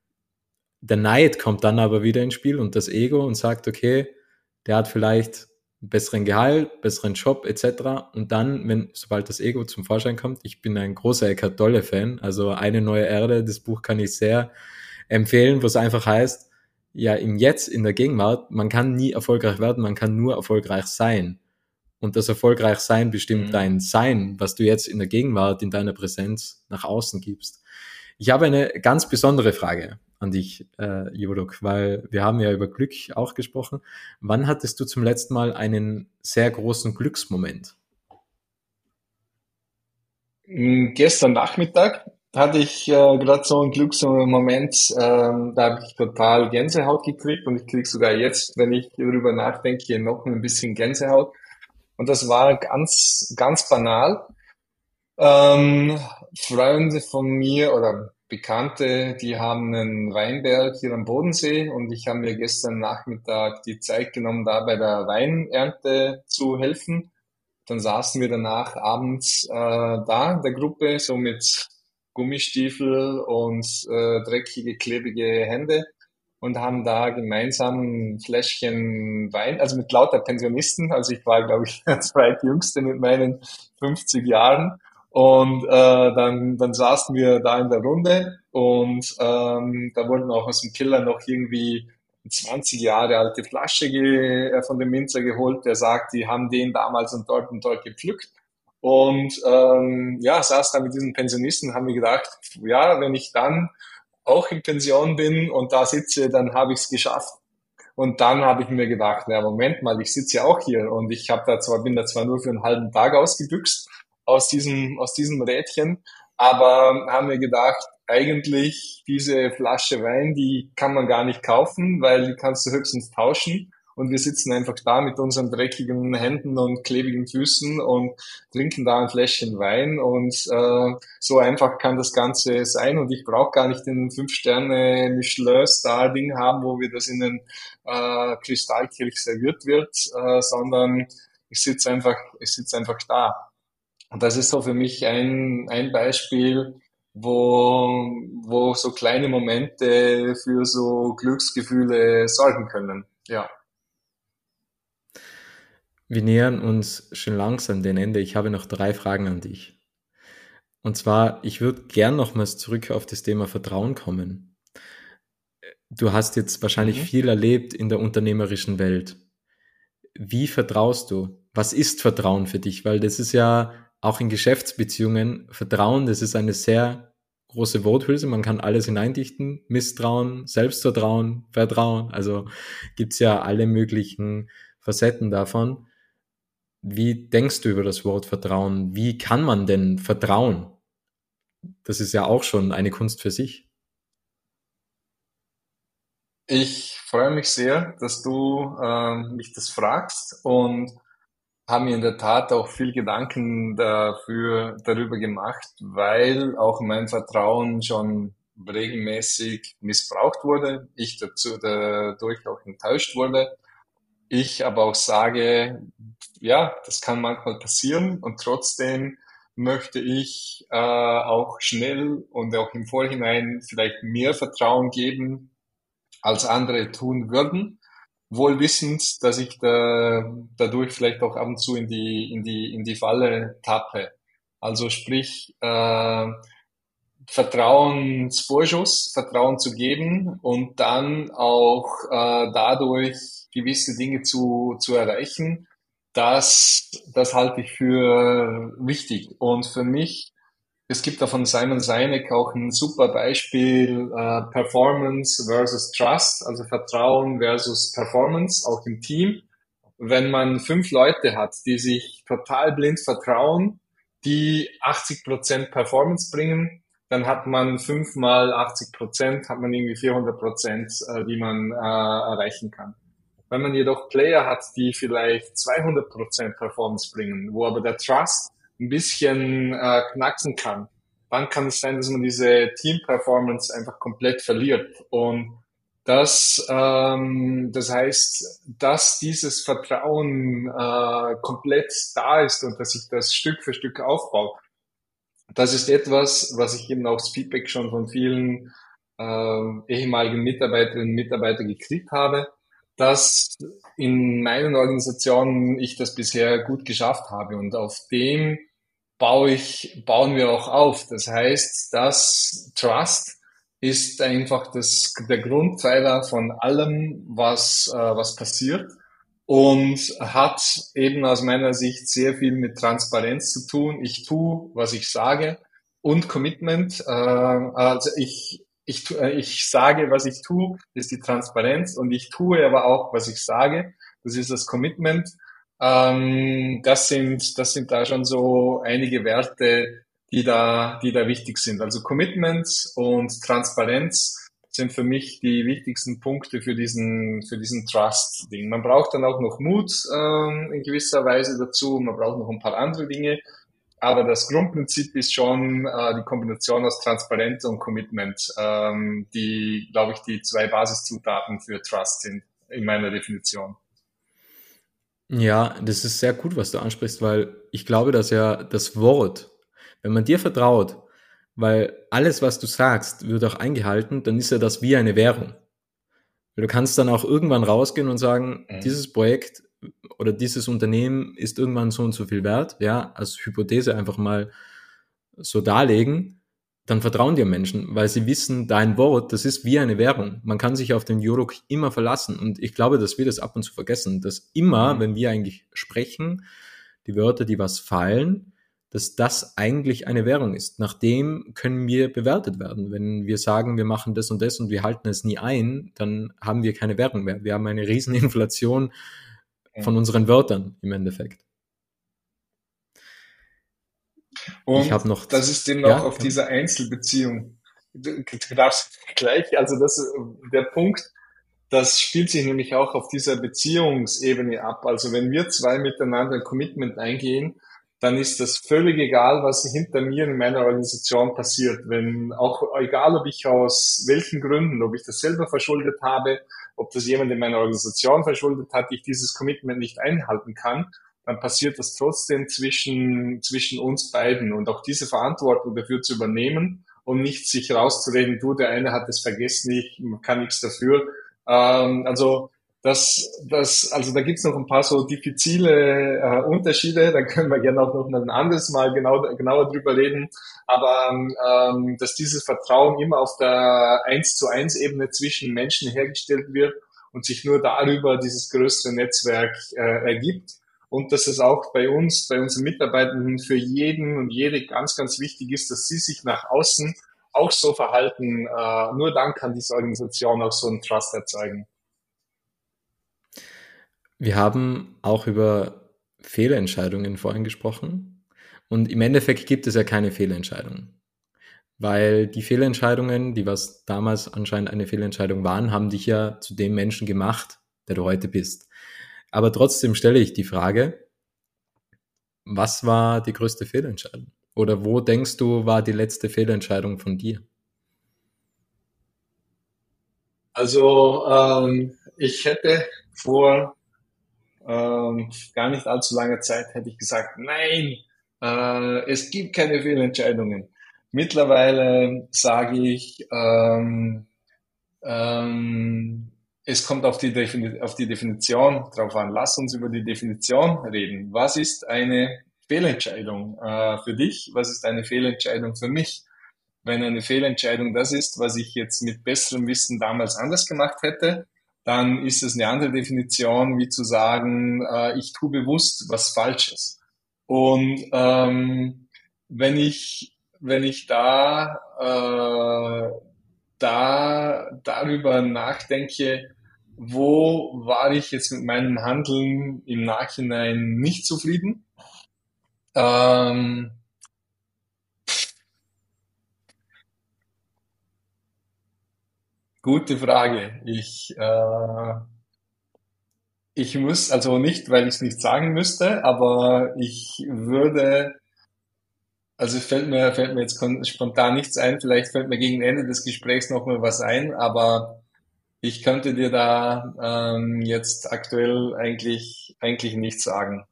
Der Neid kommt dann aber wieder ins Spiel und das Ego und sagt, okay, der hat vielleicht einen besseren Gehalt, besseren Job et cetera. Und dann, wenn, sobald das Ego zum Vorschein kommt, ich bin ein großer Eckhart Tolle-Fan, also Eine neue Erde, das Buch kann ich sehr empfehlen, wo es einfach heißt, ja, im Jetzt, in der Gegenwart, man kann nie erfolgreich werden, man kann nur erfolgreich sein. Und das erfolgreich sein bestimmt Mhm. dein Sein, was du jetzt in der Gegenwart, in deiner Präsenz nach außen gibst. Ich habe eine ganz besondere Frage an dich, äh, Jodok, weil wir haben ja über Glück auch gesprochen. Wann hattest du zum letzten Mal einen sehr großen Glücksmoment? Mm, Gestern Nachmittag hatte ich äh, gerade so einen Glücksmoment, ähm, da habe ich total Gänsehaut gekriegt und ich kriege sogar jetzt, wenn ich darüber nachdenke, noch ein bisschen Gänsehaut. Und das war ganz, ganz banal. Ähm, Freunde von mir oder Bekannte, die haben einen Weinberg hier am Bodensee und ich habe mir gestern Nachmittag die Zeit genommen, da bei der Weinernte zu helfen. Dann saßen wir danach abends äh, da in der Gruppe, so mit Gummistiefel und äh, dreckige, klebige Hände und haben da gemeinsam ein Fläschchen Wein, also mit lauter Pensionisten, also ich war, glaube ich, der zweitjüngste mit meinen fünfzig Jahren. Und äh, dann, dann saßen wir da in der Runde und ähm, da wurden auch aus dem Keller noch irgendwie zwanzig Jahre alte Flasche ge, äh, von dem Winzer geholt, der sagt, die haben den damals und dort und dort gepflückt. Und ähm, ja, saß da mit diesen Pensionisten, haben mir gedacht, ja, wenn ich dann auch in Pension bin und da sitze, dann habe ich es geschafft. Und dann habe ich mir gedacht, na Moment mal, ich sitze ja auch hier und ich habe da zwar bin da zwar nur für einen halben Tag ausgebüxt aus diesem aus diesem Rädchen, aber haben mir gedacht, eigentlich diese Flasche Wein, die kann man gar nicht kaufen, weil die kannst du höchstens tauschen. Und wir sitzen einfach da mit unseren dreckigen Händen und klebigen Füßen und trinken da ein Fläschchen Wein und äh, so einfach kann das Ganze sein und ich brauche gar nicht den Fünf-Sterne-Michelin-Star-Ding haben, wo wir das in den äh, Kristallkirch serviert wird, äh, sondern ich sitze einfach, ich sitze einfach da. Und das ist so für mich ein, ein Beispiel, wo, wo so kleine Momente für so Glücksgefühle sorgen können. Ja. Wir nähern uns schon langsam dem Ende. Ich habe noch drei Fragen an dich. Und zwar, ich würde gern nochmals zurück auf das Thema Vertrauen kommen. Du hast jetzt wahrscheinlich Mhm. viel erlebt in der unternehmerischen Welt. Wie vertraust du? Was ist Vertrauen für dich? Weil das ist ja auch in Geschäftsbeziehungen, Vertrauen, das ist eine sehr große Worthülse. Man kann alles hineindichten. Misstrauen, Selbstvertrauen, Vertrauen. Also gibt's ja alle möglichen Facetten davon. Wie denkst du über das Wort Vertrauen? Wie kann man denn vertrauen? Das ist ja auch schon eine Kunst für sich. Ich freue mich sehr, dass du ähm, mich das fragst und habe mir in der Tat auch viel Gedanken dafür, darüber gemacht, weil auch mein Vertrauen schon regelmäßig missbraucht wurde, ich dazu dadurch auch enttäuscht wurde. Ich aber auch sage, ja, das kann manchmal passieren und trotzdem möchte ich äh, auch schnell und auch im Vorhinein vielleicht mehr Vertrauen geben, als andere tun würden, wohl wissend, dass ich da, dadurch vielleicht auch ab und zu in die, in die, in die Falle tappe. Also sprich, äh, Vertrauensvorschuss, Vertrauen zu geben und dann auch äh, dadurch gewisse Dinge zu, zu erreichen, das, das halte ich für wichtig. Und für mich, es gibt da von Simon Sinek auch ein super Beispiel, äh, Performance versus Trust, also Vertrauen versus Performance, auch im Team. Wenn man fünf Leute hat, die sich total blind vertrauen, die achtzig Prozent Performance bringen, dann hat man fünf mal achtzig Prozent, hat man irgendwie vierhundert Prozent, äh, die man äh, erreichen kann. Wenn man jedoch Player hat, die vielleicht zweihundert Prozent Performance bringen, wo aber der Trust ein bisschen äh, knacksen kann, dann kann es sein, dass man diese Team-Performance einfach komplett verliert. Und das, ähm, das heißt, dass dieses Vertrauen äh, komplett da ist und dass sich das Stück für Stück aufbaut. Das ist etwas, was ich eben auch das Feedback schon von vielen äh, ehemaligen Mitarbeiterinnen und Mitarbeitern gekriegt habe, dass in meinen Organisationen ich das bisher gut geschafft habe. Und auf dem baue ich, bauen wir auch auf. Das heißt, dass Trust ist einfach das, der Grundpfeiler von allem, was, äh, was passiert und hat eben aus meiner Sicht sehr viel mit Transparenz zu tun. Ich tue, was ich sage und Commitment. Äh, also ich, ich, tu- äh, ich sage, was ich tue, ist die Transparenz und ich tue aber auch, was ich sage. Das ist das Commitment. Ähm, das sind, das sind da schon so einige Werte, die da, die da wichtig sind. Also Commitment und Transparenz sind für mich die wichtigsten Punkte für diesen, für diesen Trust-Ding. Man braucht dann auch noch Mut ähm, in gewisser Weise dazu. Man braucht noch ein paar andere Dinge. Aber das Grundprinzip ist schon äh, die Kombination aus Transparenz und Commitment, ähm, die, glaube ich, die zwei Basiszutaten für Trust sind in meiner Definition. Ja, das ist sehr gut, was du ansprichst, weil ich glaube, dass ja das Wort, wenn man dir vertraut, weil alles, was du sagst, wird auch eingehalten, dann ist ja das wie eine Währung. Weil du kannst dann auch irgendwann rausgehen und sagen, Mhm. dieses Projekt oder dieses Unternehmen ist irgendwann so und so viel wert, ja, als Hypothese einfach mal so darlegen, dann vertrauen dir Menschen, weil sie wissen, dein Wort, das ist wie eine Währung. Man kann sich auf den Jorok immer verlassen. Und ich glaube, dass wir das ab und zu vergessen, dass immer, Mhm. wenn wir eigentlich sprechen, die Wörter, die was fallen, dass das eigentlich eine Währung ist. Nach dem können wir bewertet werden. Wenn wir sagen, wir machen das und das und wir halten es nie ein, dann haben wir keine Währung mehr. Wir haben eine Rieseninflation von Mhm. unseren Wörtern im Endeffekt. Ich Und habe noch, das ist eben auch ja, auf kann. dieser Einzelbeziehung. Du, du darfst gleich, also das, der Punkt, das spielt sich nämlich auch auf dieser Beziehungsebene ab. Also wenn wir zwei miteinander ein Commitment eingehen, dann ist das völlig egal, was hinter mir in meiner Organisation passiert. Wenn auch egal, ob ich aus welchen Gründen, ob ich das selber verschuldet habe, ob das jemand in meiner Organisation verschuldet hat, ich dieses Commitment nicht einhalten kann, dann passiert das trotzdem zwischen, zwischen uns beiden. Und auch diese Verantwortung dafür zu übernehmen und nicht sich rauszureden, du, der eine hat es vergessen, ich kann nichts dafür. Ähm, also das, das, also da gibt's noch ein paar so diffizile äh, Unterschiede, da können wir gerne auch noch ein anderes Mal genau, genauer drüber reden. Aber ähm, dass dieses Vertrauen immer auf der eins zu eins Ebene zwischen Menschen hergestellt wird und sich nur darüber dieses größere Netzwerk äh, ergibt. Und dass es auch bei uns, bei unseren Mitarbeitenden für jeden und jede ganz, ganz wichtig ist, dass sie sich nach außen auch so verhalten. Äh, nur dann kann diese Organisation auch so einen Trust erzeugen. Wir haben auch über Fehlentscheidungen vorhin gesprochen. Und im Endeffekt gibt es ja keine Fehlentscheidungen. Weil die Fehlentscheidungen, die was damals anscheinend eine Fehlentscheidung waren, haben dich ja zu dem Menschen gemacht, der du heute bist. Aber trotzdem stelle ich die Frage, was war die größte Fehlentscheidung? Oder wo denkst du, war die letzte Fehlentscheidung von dir? Also ähm, ich hätte vor ähm, gar nicht allzu langer Zeit hätte ich gesagt, nein, äh, es gibt keine Fehlentscheidungen. Mittlerweile sage ich, ähm, ähm, es kommt auf die, Defini auf die Definition drauf an. Lass uns über die Definition reden. Was ist eine Fehlentscheidung äh, für dich? Was ist eine Fehlentscheidung für mich? Wenn eine Fehlentscheidung das ist, was ich jetzt mit besserem Wissen damals anders gemacht hätte, dann ist es eine andere Definition, wie zu sagen, äh, ich tue bewusst was Falsches. Und ähm, wenn ich wenn ich da äh, da darüber nachdenke, wo war ich jetzt mit meinem Handeln im Nachhinein nicht zufrieden? Ähm, Gute Frage. Ich äh, ich muss, also nicht, weil ich es nicht sagen müsste, aber ich würde, also fällt mir, fällt mir jetzt kon- spontan nichts ein, vielleicht fällt mir gegen Ende des Gesprächs noch mal was ein, aber ich könnte dir da ähm, jetzt aktuell eigentlich, eigentlich nichts sagen.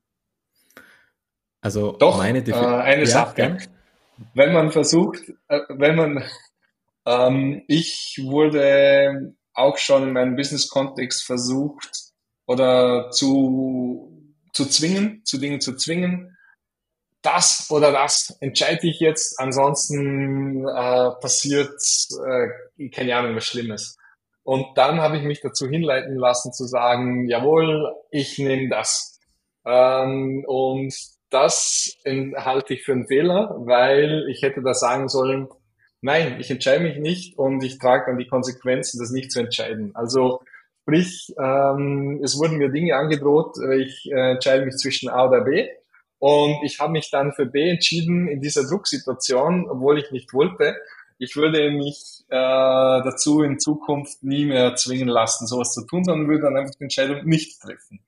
Also Doch, meine äh, Defi eine ja, Sache. gern. Wenn man versucht, äh, wenn man, ähm, ich wurde auch schon in meinem Business-Kontext versucht oder zu, zu zwingen, zu Dingen zu zwingen, das oder das entscheide ich jetzt, ansonsten äh, passiert, äh, keine Ahnung, was Schlimmes. Und dann habe ich mich dazu hinleiten lassen zu sagen, jawohl, ich nehme das. Ähm, und das in- halte ich für einen Fehler, weil ich hätte da sagen sollen, nein, ich entscheide mich nicht und ich trage dann die Konsequenzen, das nicht zu entscheiden. Also sprich, ähm, es wurden mir Dinge angedroht, äh, ich äh, entscheide mich zwischen A oder B. Und ich habe mich dann für B entschieden in dieser Drucksituation, obwohl ich nicht wollte. Ich würde mich äh, dazu in Zukunft nie mehr zwingen lassen, sowas zu tun, sondern würde dann einfach die Entscheidung nicht treffen.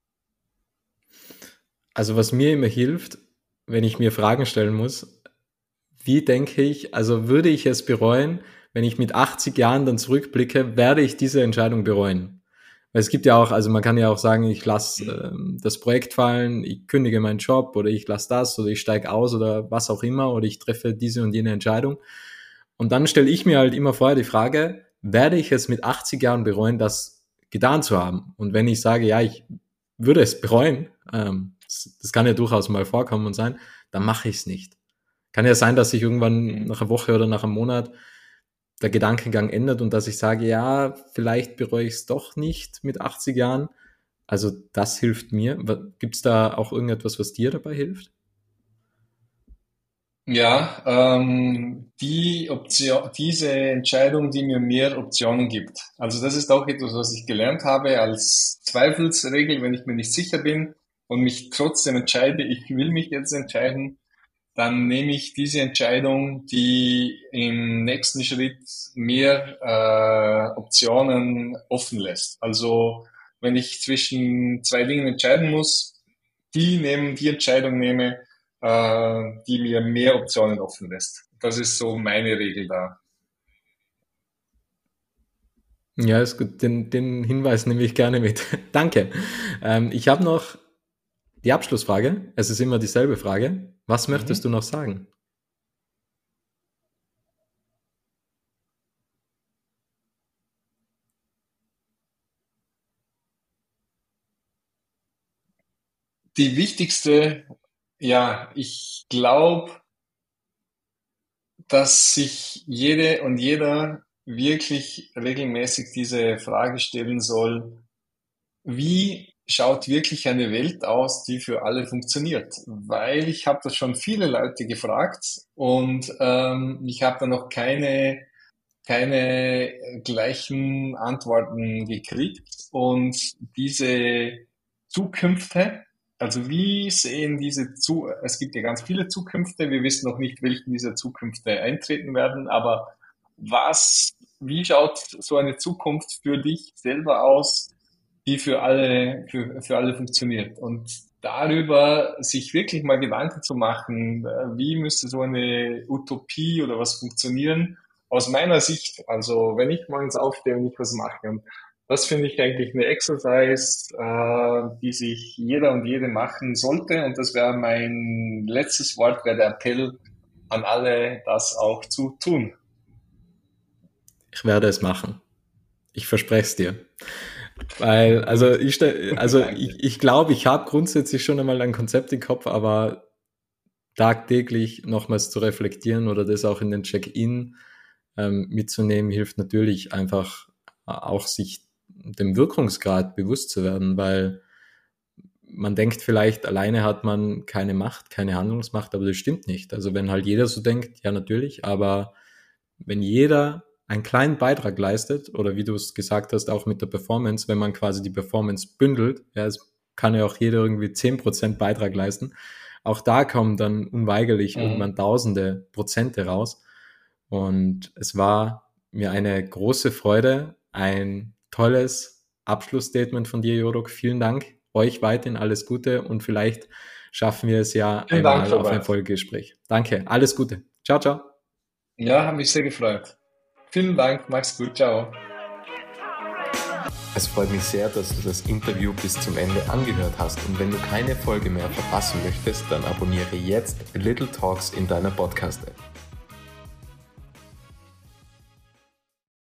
Also was mir immer hilft, wenn ich mir Fragen stellen muss, wie denke ich, also würde ich es bereuen, wenn ich mit achtzig Jahren dann zurückblicke, werde ich diese Entscheidung bereuen? Weil es gibt ja auch, also man kann ja auch sagen, ich lasse ähm, das Projekt fallen, ich kündige meinen Job oder ich lasse das oder ich steige aus oder was auch immer oder ich treffe diese und jene Entscheidung. Und dann stelle ich mir halt immer vorher die Frage, werde ich es mit achtzig Jahren bereuen, das getan zu haben? Und wenn ich sage, ja, ich würde es bereuen, ähm, das, das kann ja durchaus mal vorkommen und sein, dann mache ich es nicht. Kann ja sein, dass sich irgendwann Mhm. nach einer Woche oder nach einem Monat der Gedankengang ändert und dass ich sage, ja, vielleicht bereue ich es doch nicht mit achtzig Jahren. Also das hilft mir. Gibt es da auch irgendetwas, was dir dabei hilft? Ja, ähm, die Option, diese Entscheidung, die mir mehr Optionen gibt. Also das ist auch etwas, was ich gelernt habe als Zweifelsregel, wenn ich mir nicht sicher bin und mich trotzdem entscheide, ich will mich jetzt entscheiden, dann nehme ich diese Entscheidung, die im nächsten Schritt mehr äh, Optionen offen lässt. Also wenn ich zwischen zwei Dingen entscheiden muss, die nehmen, die Entscheidung nehme, äh, die mir mehr Optionen offen lässt. Das ist so meine Regel da. Ja, ist gut. Den, den Hinweis nehme ich gerne mit. Danke. Ähm, ich habe noch die Abschlussfrage. Es ist immer dieselbe Frage. Was möchtest du Mhm. noch sagen? Die wichtigste, ja, ich glaube, dass sich jede und jeder wirklich regelmäßig diese Frage stellen soll, wie schaut wirklich eine Welt aus, die für alle funktioniert? Weil ich habe das schon viele Leute gefragt und ähm, ich habe da noch keine, keine gleichen Antworten gekriegt. Und diese Zukünfte, also wie sehen diese zu, es gibt ja ganz viele Zukünfte, wir wissen noch nicht, welche dieser Zukünfte eintreten werden, aber was, wie schaut so eine Zukunft für dich selber aus, die für alle, für, für alle funktioniert? Und darüber sich wirklich mal Gedanken zu machen, äh, wie müsste so eine Utopie oder was funktionieren, aus meiner Sicht, also wenn ich morgens aufstehe und ich was mache. Und das finde ich eigentlich eine Exercise, äh, die sich jeder und jede machen sollte. Und das wäre mein letztes Wort, wäre der Appell an alle, das auch zu tun. Ich werde es machen. Ich verspreche es dir. Weil, also ich, stell- also ich, ich glaube, ich habe grundsätzlich schon einmal ein Konzept im Kopf, aber tagtäglich nochmals zu reflektieren oder das auch in den Check-in ähm, mitzunehmen, hilft natürlich einfach äh, auch sich dem Wirkungsgrad bewusst zu werden, weil man denkt vielleicht, alleine hat man keine Macht, keine Handlungsmacht, aber das stimmt nicht. Also wenn halt jeder so denkt, ja natürlich, aber wenn jeder einen kleinen Beitrag leistet, oder wie du es gesagt hast, auch mit der Performance, wenn man quasi die Performance bündelt, ja, es kann ja auch jeder irgendwie zehn Prozent Beitrag leisten, auch da kommen dann unweigerlich Mhm. irgendwann tausende Prozente raus. Und es war mir eine große Freude, ein tolles Abschlussstatement von dir, Jodok. Vielen Dank. Euch weiterhin alles Gute und vielleicht schaffen wir es ja Vielen Dank, einmal auf ein Robert. Folgegespräch. Danke, alles Gute. Ciao, ciao. Ja, hat mich sehr gefreut. Vielen Dank, mach's gut, ciao. Es freut mich sehr, dass du das Interview bis zum Ende angehört hast und wenn du keine Folge mehr verpassen möchtest, dann abonniere jetzt Little Talks in deiner Podcast-App.